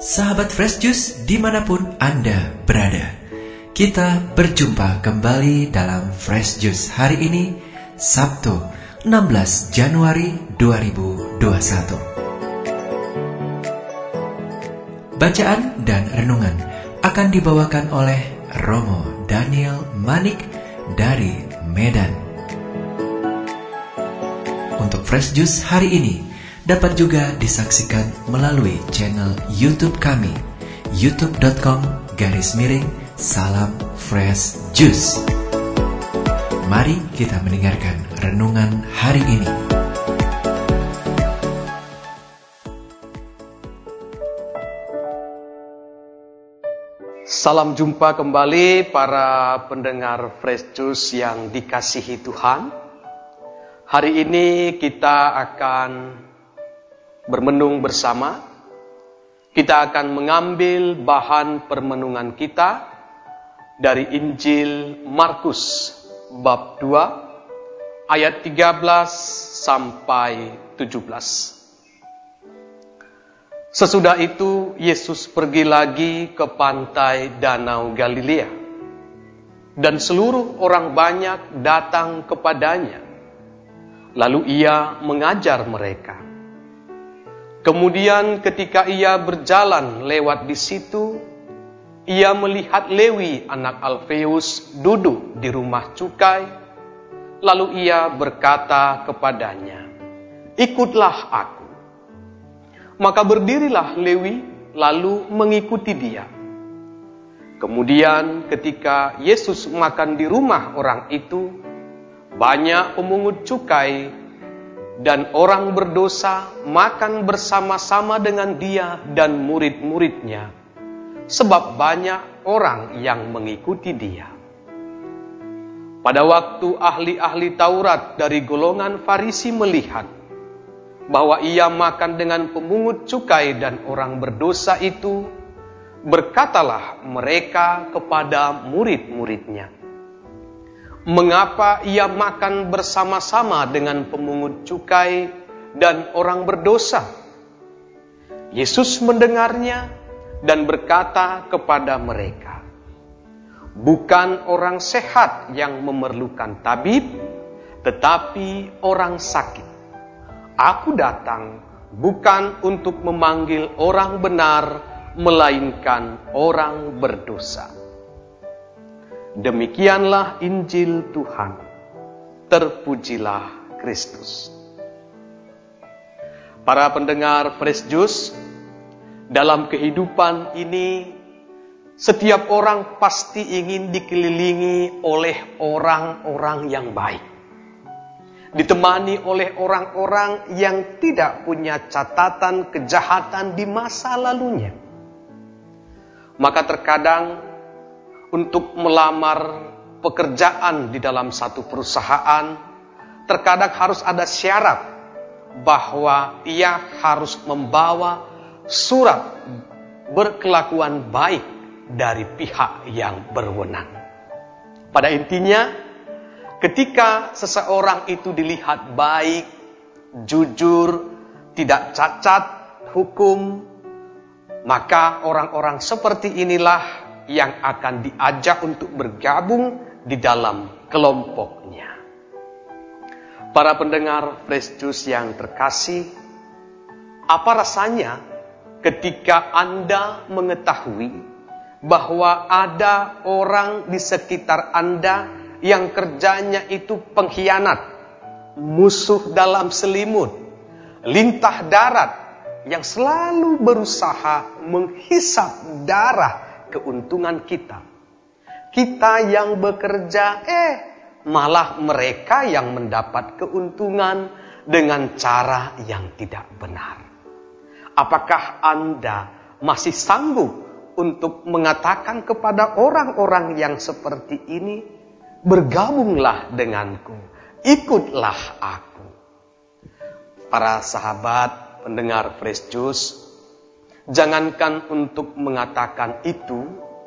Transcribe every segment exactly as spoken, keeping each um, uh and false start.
Sahabat Fresh Juice dimanapun Anda berada, kita berjumpa kembali dalam Fresh Juice hari ini, Sabtu enam belas Januari dua ribu dua puluh satu. Bacaan dan renungan akan dibawakan oleh Romo Daniel Manik dari Medan. Untuk Fresh Juice hari ini dapat juga disaksikan melalui channel YouTube kami, youtube dot com garis miring salam fresh juice. Mari kita mendengarkan renungan hari ini. Salam jumpa kembali para pendengar Fresh Juice yang dikasihi Tuhan. Hari ini kita akan bermenung bersama. Kita akan mengambil bahan permenungan kita dari Injil Markus bab dua ayat tiga belas sampai tujuh belas. Sesudah itu Yesus pergi lagi ke pantai Danau Galilea, dan seluruh orang banyak datang kepadanya. Lalu ia mengajar mereka. Kemudian ketika ia berjalan lewat di situ, ia melihat Lewi anak Alfeus duduk di rumah cukai. Lalu ia berkata kepadanya, "Ikutlah aku." Maka berdirilah Lewi lalu mengikuti dia. Kemudian ketika Yesus makan di rumah orang itu, banyak pemungut cukai dan orang berdosa makan bersama-sama dengan dia dan murid-muridnya, sebab banyak orang yang mengikuti dia. Pada waktu ahli-ahli Taurat dari golongan Farisi melihat bahwa ia makan dengan pemungut cukai dan orang berdosa itu, berkatalah mereka kepada murid-muridnya, "Mengapa ia makan bersama-sama dengan pemungut cukai dan orang berdosa?" Yesus mendengarnya dan berkata kepada mereka, "Bukan orang sehat yang memerlukan tabib, tetapi orang sakit. Aku datang bukan untuk memanggil orang benar, melainkan orang berdosa." Demikianlah Injil Tuhan. Terpujilah Kristus. Para pendengar Fresh Juice, dalam kehidupan ini setiap orang pasti ingin dikelilingi oleh orang-orang yang baik, ditemani oleh orang-orang yang tidak punya catatan kejahatan di masa lalunya. Maka terkadang untuk melamar pekerjaan di dalam satu perusahaan, terkadang harus ada syarat bahwa ia harus membawa surat berkelakuan baik dari pihak yang berwenang. Pada intinya, ketika seseorang itu dilihat baik, jujur, tidak cacat hukum, maka orang-orang seperti inilah yang akan diajak untuk bergabung di dalam kelompoknya. Para pendengar Fresh Juice yang terkasih, apa rasanya ketika Anda mengetahui bahwa ada orang di sekitar Anda yang kerjanya itu pengkhianat, musuh dalam selimut, lintah darat, yang selalu berusaha menghisap darah keuntungan kita. Kita yang bekerja, eh malah mereka yang mendapat keuntungan dengan cara yang tidak benar. Apakah Anda masih sanggup untuk mengatakan kepada orang-orang yang seperti ini, "Bergabunglah denganku, ikutlah aku"? Para sahabat pendengar Fresh Juice, jangankan untuk mengatakan itu,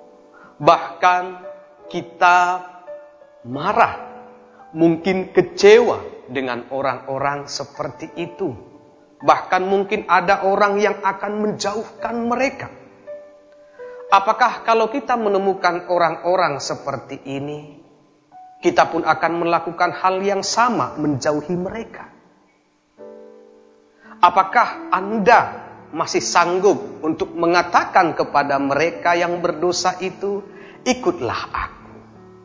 bahkan kita marah, mungkin kecewa dengan orang-orang seperti itu. Bahkan mungkin ada orang yang akan menjauhkan mereka. Apakah kalau kita menemukan orang-orang seperti ini, kita pun akan melakukan hal yang sama, menjauhi mereka? Apakah Anda masih sanggup untuk mengatakan kepada mereka yang berdosa itu, ikutlah aku?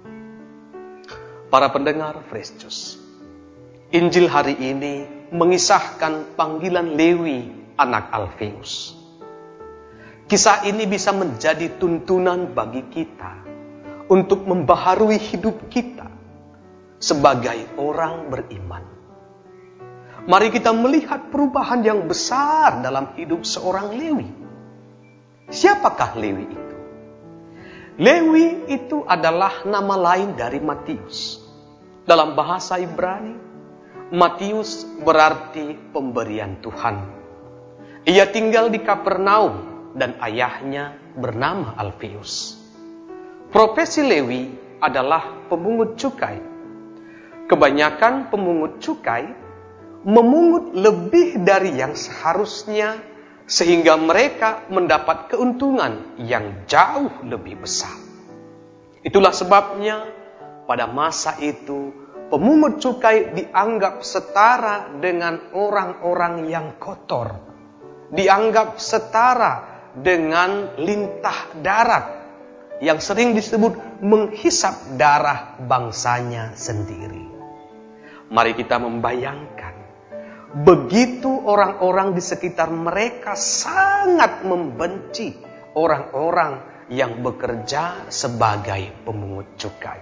Para pendengar Fresh Juice, Injil hari ini mengisahkan panggilan Lewi, anak Alfeus. Kisah ini bisa menjadi tuntunan bagi kita untuk membaharui hidup kita sebagai orang beriman. Mari kita melihat perubahan yang besar dalam hidup seorang Lewi. Siapakah Lewi itu? Lewi itu adalah nama lain dari Matius. Dalam bahasa Ibrani, Matius berarti pemberian Tuhan. Ia tinggal di Kapernaum dan ayahnya bernama Alfeus. Profesi Lewi adalah pemungut cukai. Kebanyakan pemungut cukai memungut lebih dari yang seharusnya, sehingga mereka mendapat keuntungan yang jauh lebih besar. Itulah sebabnya pada masa itu pemungut cukai dianggap setara dengan orang-orang yang kotor, dianggap setara dengan lintah darat yang sering disebut menghisap darah bangsanya sendiri. Mari kita membayangkan, begitu orang-orang di sekitar mereka sangat membenci orang-orang yang bekerja sebagai pemungut cukai.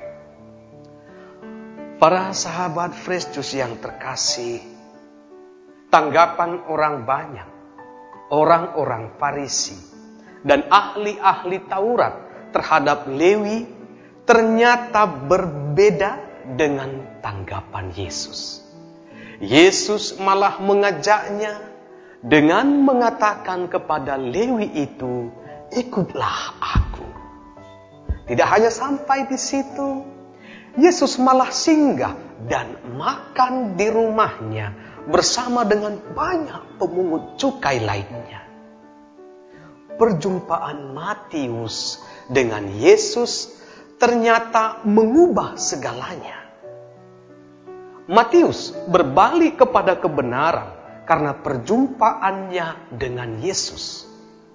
Para sahabat Fresh Juice yang terkasih, tanggapan orang banyak, orang-orang Farisi dan ahli-ahli Taurat terhadap Lewi ternyata berbeda dengan tanggapan Yesus. Yesus malah mengajaknya dengan mengatakan kepada Lewi itu, ikutlah aku. Tidak hanya sampai di situ, Yesus malah singgah dan makan di rumahnya bersama dengan banyak pemungut cukai lainnya. Perjumpaan Matius dengan Yesus ternyata mengubah segalanya. Matius berbalik kepada kebenaran karena perjumpaannya dengan Yesus.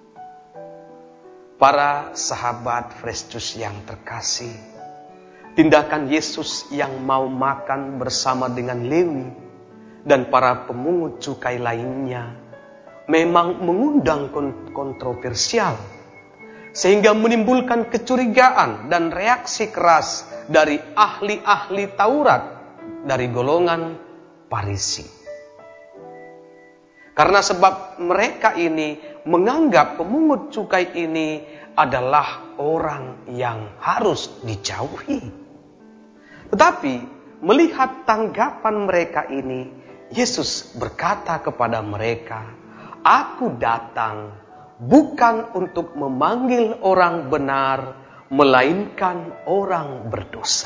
Para sahabat Fresh Juice yang terkasih, tindakan Yesus yang mau makan bersama dengan Lewi dan para pemungut cukai lainnya memang mengundang kontroversial, sehingga menimbulkan kecurigaan dan reaksi keras dari ahli-ahli Taurat dari golongan Farisi. Karena sebab mereka ini menganggap pemungut cukai ini adalah orang yang harus dijauhi. Tetapi melihat tanggapan mereka ini, Yesus berkata kepada mereka, "Aku datang bukan untuk memanggil orang benar, melainkan orang berdosa."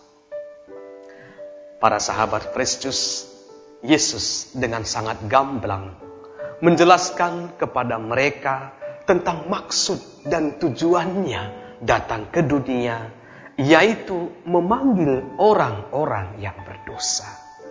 Para sahabat Fresh Juice, Yesus dengan sangat gamblang menjelaskan kepada mereka tentang maksud dan tujuannya datang ke dunia, yaitu memanggil orang-orang yang berdosa.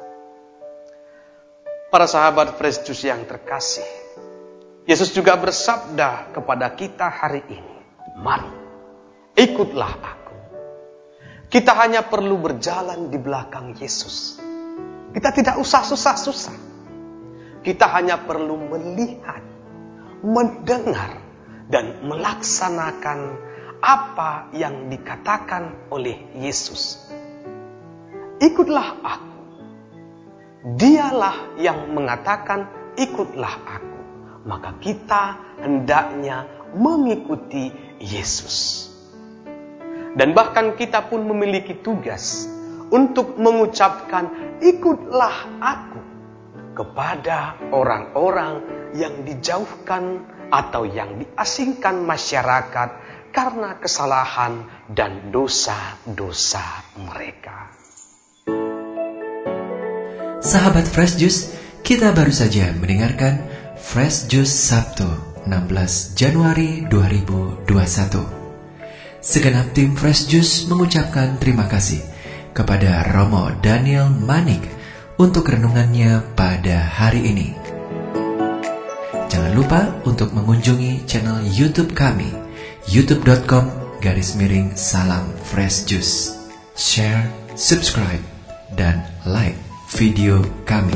Para sahabat Fresh Juice yang terkasih, Yesus juga bersabda kepada kita hari ini, "Mari, ikutlah aku." Kita hanya perlu berjalan di belakang Yesus. Kita tidak usah susah-susah. Kita hanya perlu melihat, mendengar, dan melaksanakan apa yang dikatakan oleh Yesus. Ikutlah aku. Dialah yang mengatakan, ikutlah aku. Maka kita hendaknya mengikuti Yesus. Dan bahkan kita pun memiliki tugas untuk mengucapkan ikutlah aku kepada orang-orang yang dijauhkan atau yang diasingkan masyarakat karena kesalahan dan dosa-dosa mereka. Sahabat Fresh Juice, kita baru saja mendengarkan Fresh Juice Sabtu enam belas Januari dua ribu dua puluh satu. Segenap tim Fresh Juice mengucapkan terima kasih kepada Romo Daniel Manik untuk renungannya pada hari ini. Jangan lupa untuk mengunjungi channel YouTube kami, youtube dot com garis miring salam fresh juice. Share, subscribe, dan like video kami.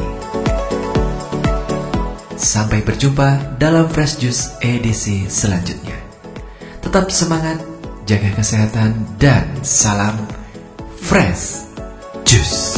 Sampai berjumpa dalam Fresh Juice edisi selanjutnya. Tetap semangat, jaga kesehatan, dan salam Fresh Juice.